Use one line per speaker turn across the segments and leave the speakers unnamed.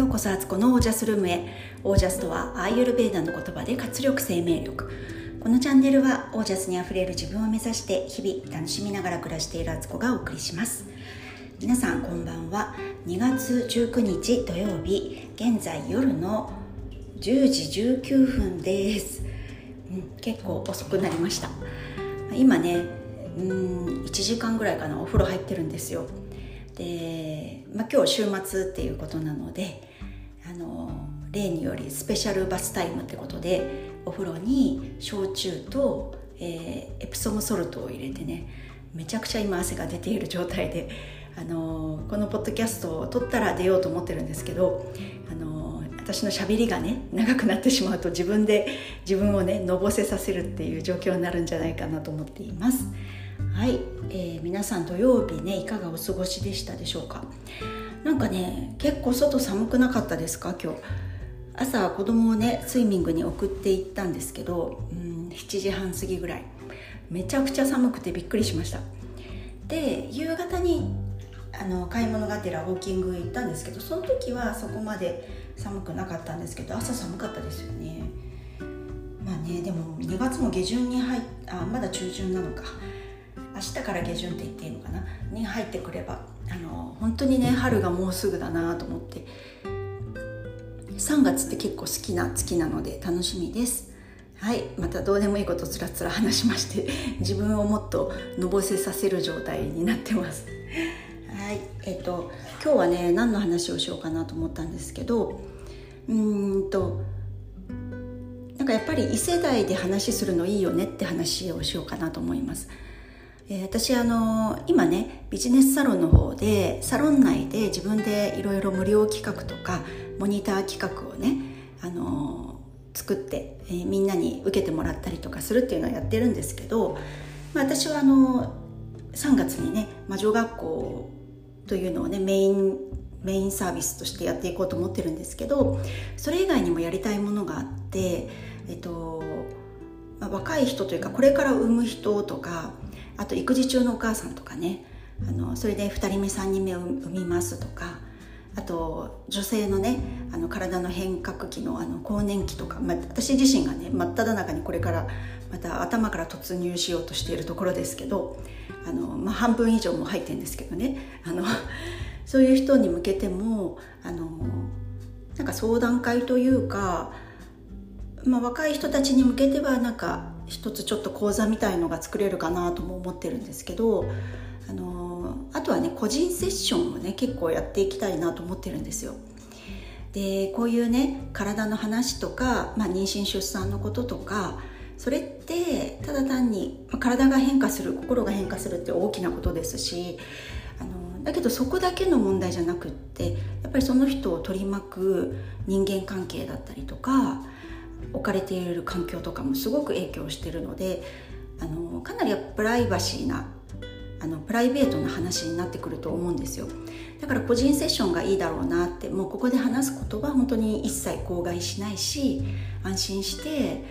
うこそアツコのオージャスルームへ。オージャスとはアーユルヴェーダの言葉で活力、生命力。このチャンネルはオージャスにあふれる自分を目指して日々楽しみながら暮らしているアツコがお送りします。皆さんこんばんは。2月19日土曜日、現在夜の10時19分です。結構遅くなりました。今ね1時間ぐらいかな、お風呂入ってるんですよ。で、今日週末っていうことなので、例によりスペシャルバスタイムってことで、お風呂に焼酎と、エプソムソルトを入れてね、めちゃくちゃ今汗が出ている状態で、このポッドキャストを撮ったら出ようと思ってるんですけど、私の喋りがね長くなってしまうと自分をねのぼせさせるっていう状況になるんじゃないかなと思っています。はい、皆さん土曜日ねいかがお過ごしでしたでしょうか。なんかね結構外寒くなかったですか。今日朝子供をねスイミングに送って行ったんですけど、7時半過ぎぐらいめちゃくちゃ寒くてびっくりしました。で夕方に買い物がてらウォーキング行ったんですけど、その時はそこまで寒くなかったんですけど、朝寒かったですよね。でも2月も下旬にまだ中旬なのか、明日から下旬って言っていいのかなに入ってくれば本当にね春がもうすぐだなと思って、3月って結構好きな月なので楽しみです。はい、またどうでもいいことつらつら話しまして自分をもっとのぼせさせる状態になってます。はい、今日はね何の話をしようかなと思ったんですけど、なんかやっぱり異世代で話するのいいよねって話をしようかなと思います。私今ねビジネスサロンの方でサロン内で自分でいろいろ無料企画とかモニター企画をね作って、みんなに受けてもらったりとかするっていうのをやってるんですけど、私は3月にね魔女学校というのをねメインサービスとしてやっていこうと思ってるんですけど、それ以外にもやりたいものがあって、若い人というかこれから産む人とか、あと育児中のお母さんとかね、それで2人目3人目を産みますとか、あと女性のね体の変革期の更年期とか、私自身がね真っ只中にこれからまた頭から突入しようとしているところですけど、半分以上も入ってるんですけどね、そういう人に向けてもなんか相談会というか、若い人たちに向けてはなんか一つちょっと講座みたいのが作れるかなとも思ってるんですけど、あとはね個人セッションをね結構やっていきたいなと思ってるんですよ。でこういうね体の話とか、妊娠出産のこととか、それってただ単に体が変化する、心が変化するって大きなことですし、だけどそこだけの問題じゃなくって、やっぱりその人を取り巻く人間関係だったりとか置かれている環境とかもすごく影響しているので、かなりプライバシーなプライベートな話になってくると思うんですよ。だから個人セッションがいいだろうなって、もうここで話すことは本当に一切口外しないし、安心して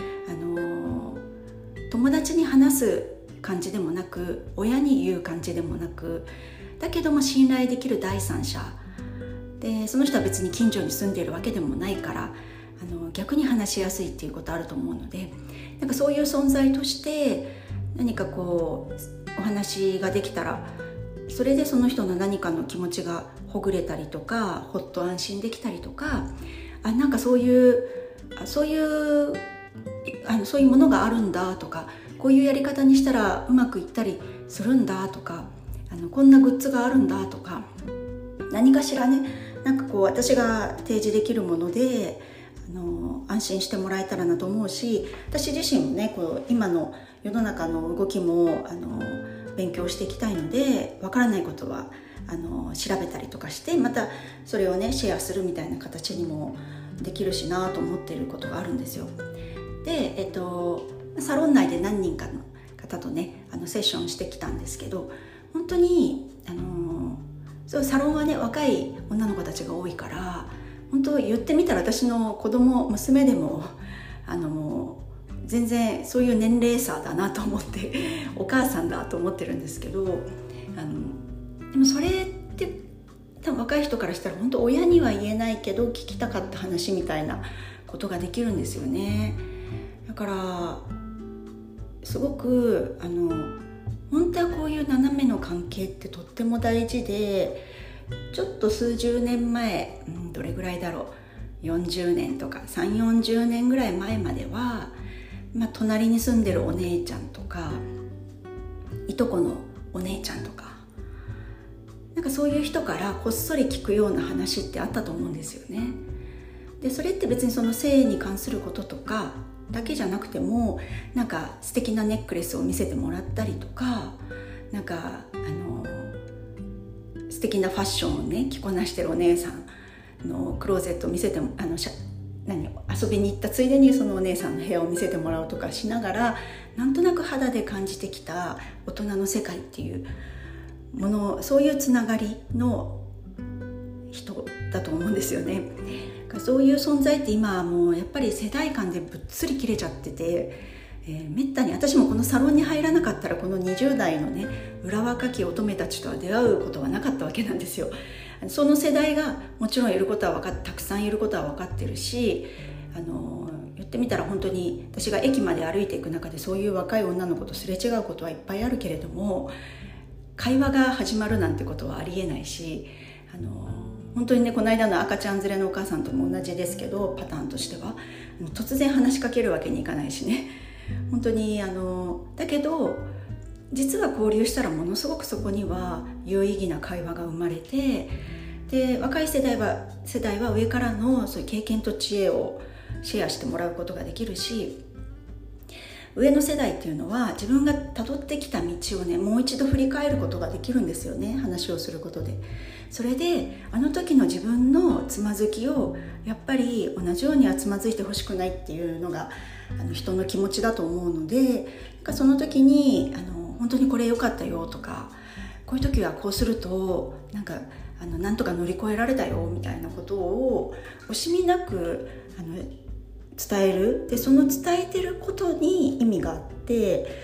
友達に話す感じでもなく、親に言う感じでもなく、だけども信頼できる第三者で、その人は別に近所に住んでいるわけでもないから逆に話しやすいっていうことあると思うので、なんかそういう存在として何かこうお話ができたら、それでその人の何かの気持ちがほぐれたりとか、ほっと安心できたりとか、なんかそういうものがあるんだとか、こういうやり方にしたらうまくいったりするんだとか、こんなグッズがあるんだとか、何かしらね、なんかこう私が提示できるもので安心してもらえたらなと思うし、私自身もねこう今の世の中の動きも勉強していきたいので、わからないことは調べたりとかして、またそれをねシェアするみたいな形にもできるしなと思っていることがあるんですよ。で、サロン内で何人かの方とねセッションしてきたんですけど、本当にそうサロンはね若い女の子たちが多いから、本当言ってみたら私の娘でも全然そういう年齢差だなと思ってお母さんだと思ってるんですけど、でもそれって多分若い人からしたら本当親には言えないけど聞きたかった話みたいなことができるんですよね。だからすごく本当はこういう斜めの関係ってとっても大事で、ちょっと数十年前、どれぐらいだろう、40年とか3、40年ぐらい前までは、隣に住んでるお姉ちゃんとかいとこのお姉ちゃんとか、なんかそういう人からこっそり聞くような話ってあったと思うんですよね。でそれって別にその性に関することとかだけじゃなくても、なんか素敵なネックレスを見せてもらったりとか、なんか素敵なファッションをね着こなしてるお姉さんのクローゼットを見せても遊びに行ったついでにそのお姉さんの部屋を見せてもらうとかしながら、なんとなく肌で感じてきた大人の世界っていうもの、そういうつながりの人だと思うんですよね。そういう存在って今はもうやっぱり世代間でぶっつり切れちゃってて、めったに私もこのサロンに入らなかったらこの20代のね裏若き乙女たちとは出会うことはなかったわけなんですよ。その世代がもちろんいることはたくさんいることは分かってるし、言ってみたら本当に私が駅まで歩いていく中でそういう若い女の子とすれ違うことはいっぱいあるけれども、会話が始まるなんてことはありえないし、本当にねこの間の赤ちゃん連れのお母さんとも同じですけど、パターンとしては突然話しかけるわけにいかないしね、本当にだけど実は交流したらものすごくそこには有意義な会話が生まれて、で若い世代は上からのそういう経験と知恵をシェアしてもらうことができるし、上の世代っていうのは自分が辿ってきた道をねもう一度振り返ることができるんですよね、話をすることで。それであの時の自分のつまずきをやっぱり同じようにはつまずいてほしくないっていうのが人の気持ちだと思うので、その時に本当にこれ良かったよとか、こういう時はこうするとなんとか乗り越えられたよみたいなことを惜しみなく伝える。でその伝えてることに意味があって、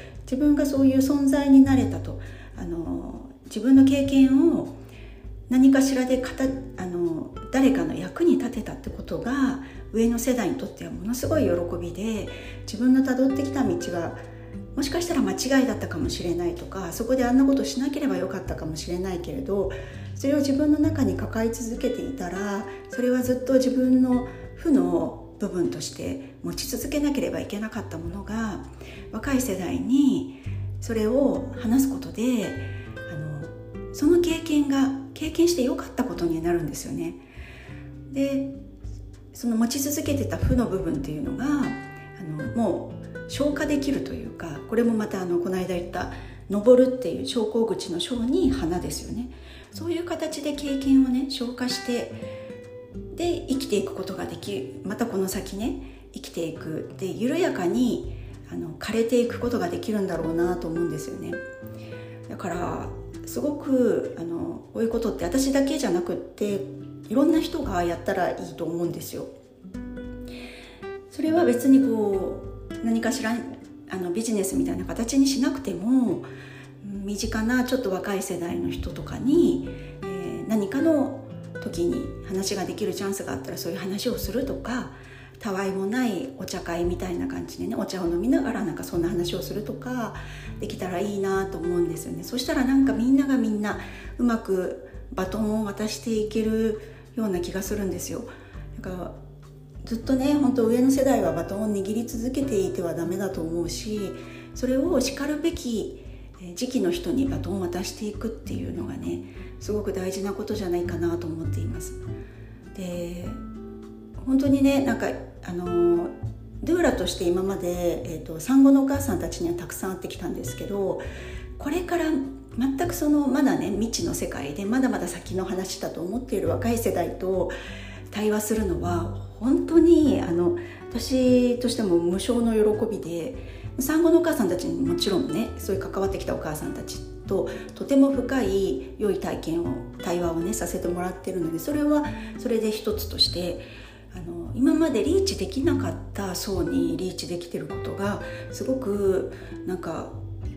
自分がそういう存在になれたと、自分の経験を何かしらで誰かの役に立てたってことが上の世代にとってはものすごい喜びで、自分の辿ってきた道はもしかしたら間違いだったかもしれないとか、そこであんなことしなければよかったかもしれないけれど、それを自分の中に抱え続けていたら、それはずっと自分の負の部分として持ち続けなければいけなかったものが、若い世代にそれを話すことでその経験してよかったことになるんですよね。でその持ち続けてた負の部分っていうのがもう消化できるというか、これもまたこの間言った登るっていう昇降口の昇に花ですよね。そういう形で経験をね消化して、で生きていくことができる。またこの先ね生きていくで緩やかに枯れていくことができるんだろうなと思うんですよね。だからすごくこういうことって私だけじゃなくっていろんな人がやったらいいと思うんですよ。それは別に何かしらビジネスみたいな形にしなくても、身近なちょっと若い世代の人とかに、何かの時に話ができるチャンスがあったらそういう話をするとか、たわいもないお茶会みたいな感じでねお茶を飲みながらそんな話をするとかできたらいいなと思うんですよね。そしたらみんながみんなうまくバトンを渡していけるような気がするんですよ。だからずっとね本当上の世代はバトンを握り続けていてはダメだと思うし、それをしかるべき時期の人にバトンを渡していくっていうのがねすごく大事なことじゃないかなと思っています。で本当にねドゥーラとして今まで、産後のお母さんたちにはたくさん会ってきたんですけど、これから全くまだね未知の世界でまだまだ先の話だと思っている若い世代と対話するのは本当に私としても無償の喜びで、産後のお母さんたちにもちろんねそういう関わってきたお母さんたちととても深い良い対話をねさせてもらってるので、それはそれで一つとして今までリーチできなかった層にリーチできてることがすごく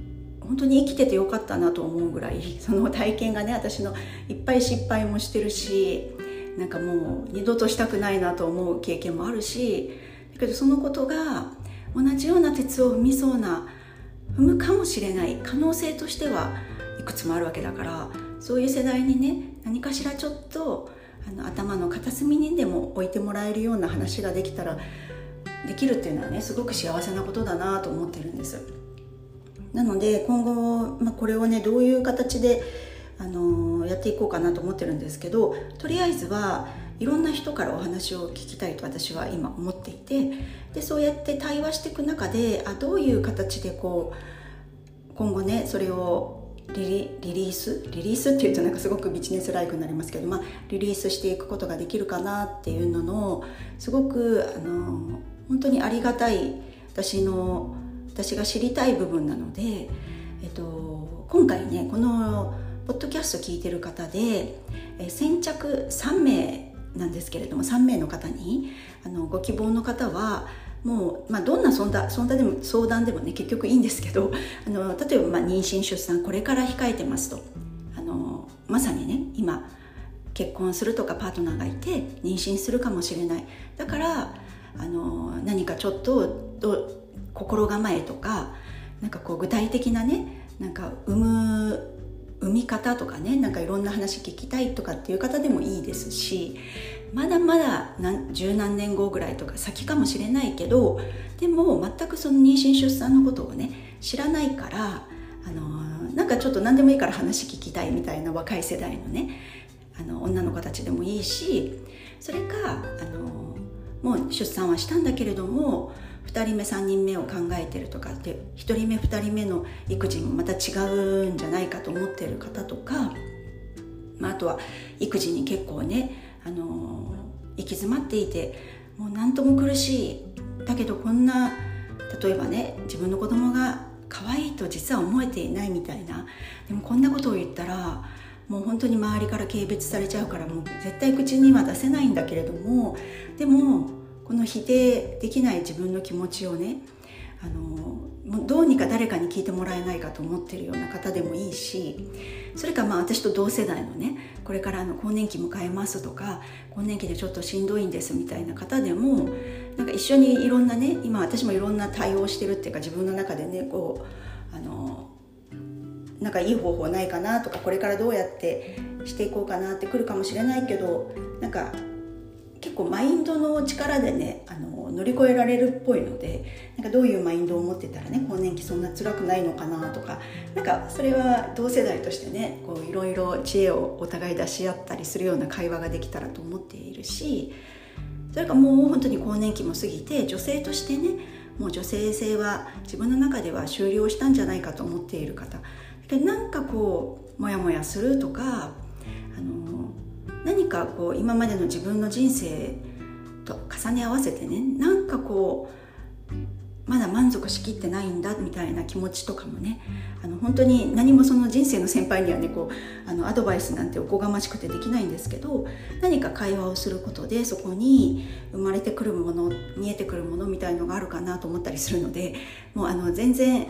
本当に生きててよかったなと思うぐらい、その体験がね、私のいっぱい失敗もしてるし、なんかもう二度としたくないなと思う経験もあるし、だけどそのことが同じような鉄を踏むかもしれない可能性としてはいくつもあるわけだから、そういう世代にね、何かしらちょっと頭の片隅にでも置いてもらえるような話ができるっていうのはね、すごく幸せなことだなと思ってるんです。なので今後、これをね、どういう形でやっていこうかなと思ってるんですけど、とりあえずはいろんな人からお話を聞きたいと私は今思っていて、でそうやって対話していく中で、どういう形で今後ね、それをリリースっていうとなんかすごくビジネスライクになりますけど、リリースしていくことができるかなっていうのの、すごく本当にありがたい私が知りたい部分なので、今回ね、このポッドキャスト聞いてる方で、先着3名なんですけれども、3名の方にご希望の方はもう、どんな相談でもね、結局いいんですけど、例えば妊娠出産これから控えてますと、まさにね、今結婚するとかパートナーがいて妊娠するかもしれない、だから何かちょっと心構えとか、なんか具体的なね、なんか産み方とかね、なんかいろんな話聞きたいとかっていう方でもいいですし、まだまだ十何年後ぐらいとか先かもしれないけど、でも全くその妊娠出産のことをね知らないから、なんかちょっと何でもいいから話聞きたいみたいな若い世代のね、女の子たちでもいいし、それかもう出産はしたんだけれども2人目3人目を考えてるとかで、1人目2人目の育児もまた違うんじゃないかと思ってる方とか、あとは育児に結構ね行き詰まっていて、もう何とも苦しい、だけどこんな、例えばね、自分の子供が可愛いと実は思えていないみたいな、でもこんなことを言ったらもう本当に周りから軽蔑されちゃうから、もう絶対口には出せないんだけれども、でもこの否定できない自分の気持ちをね、もうどうにか誰かに聞いてもらえないかと思ってるような方でもいいし、それか私と同世代のね、これから更年期迎えますとか、更年期でちょっとしんどいんですみたいな方でも、なんか一緒にいろんなね、今私もいろんな対応してるっていうか、自分の中でねなんかいい方法ないかなとか、これからどうやってしていこうかなってくるかもしれないけど、なんか結構マインドの力でね乗り越えられるっぽいので、なんかどういうマインドを持ってたらね、更年期そんな辛くないのかなとか、なんかそれは同世代としてね、いろいろ知恵をお互い出し合ったりするような会話ができたらと思っているし、それからもう本当に更年期も過ぎて、女性としてね、もう女性性は自分の中では終了したんじゃないかと思っている方で、なんかモヤモヤするとか、何か今までの自分の人生と重ね合わせてね、なんかまだ満足しきってないんだみたいな気持ちとかもね、本当に何もその人生の先輩にはねアドバイスなんておこがましくてできないんですけど、何か会話をすることでそこに生まれてくるもの、見えてくるものみたいのがあるかなと思ったりするので、もう全然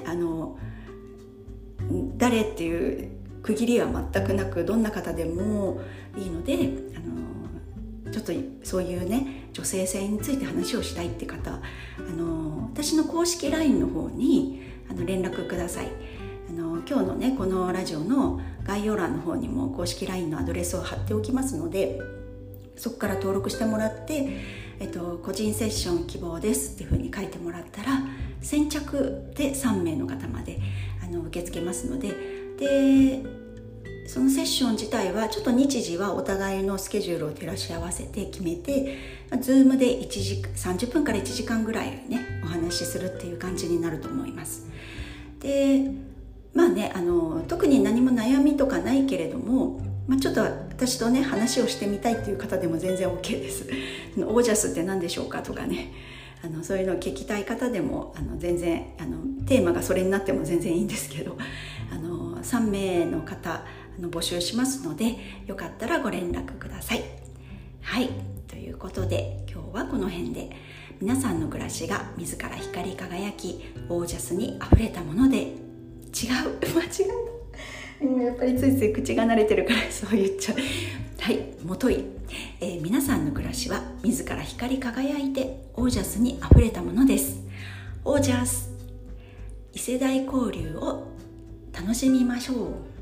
誰っていう区切りは全くなく、どんな方でもいいので、ちょっとそういうね女性性について話をしたいって方、私の公式 LINE の方に連絡ください。今日のねこのラジオの概要欄の方にも公式 LINE のアドレスを貼っておきますので、そこから登録してもらって、個人セッション希望ですっていう風に書いてもらったら、先着で3名の方まで受け付けますので、そのセッション自体はちょっと日時はお互いのスケジュールを照らし合わせて決めて、Zoom で30分から1時間ぐらいねお話しするっていう感じになると思います。で特に何も悩みとかないけれども、ちょっと私とね話をしてみたいっていう方でも全然 OK です。オージャスって何でしょうかとかね、そういうのを聞きたい方でも全然テーマがそれになっても全然いいんですけど、3名の方募集しますので、よかったらご連絡ください。はい、ということで今日はこの辺で、皆さんの暮らしが自ら光り輝きオージャスにあふれたもので違う間違えた。もうやっぱりついつい口が慣れてるからそう言っちゃう。はい、もとい、皆さんの暮らしは自ら光り輝いてオージャスにあふれたものです。オージャス、異世代交流を楽しみましょう。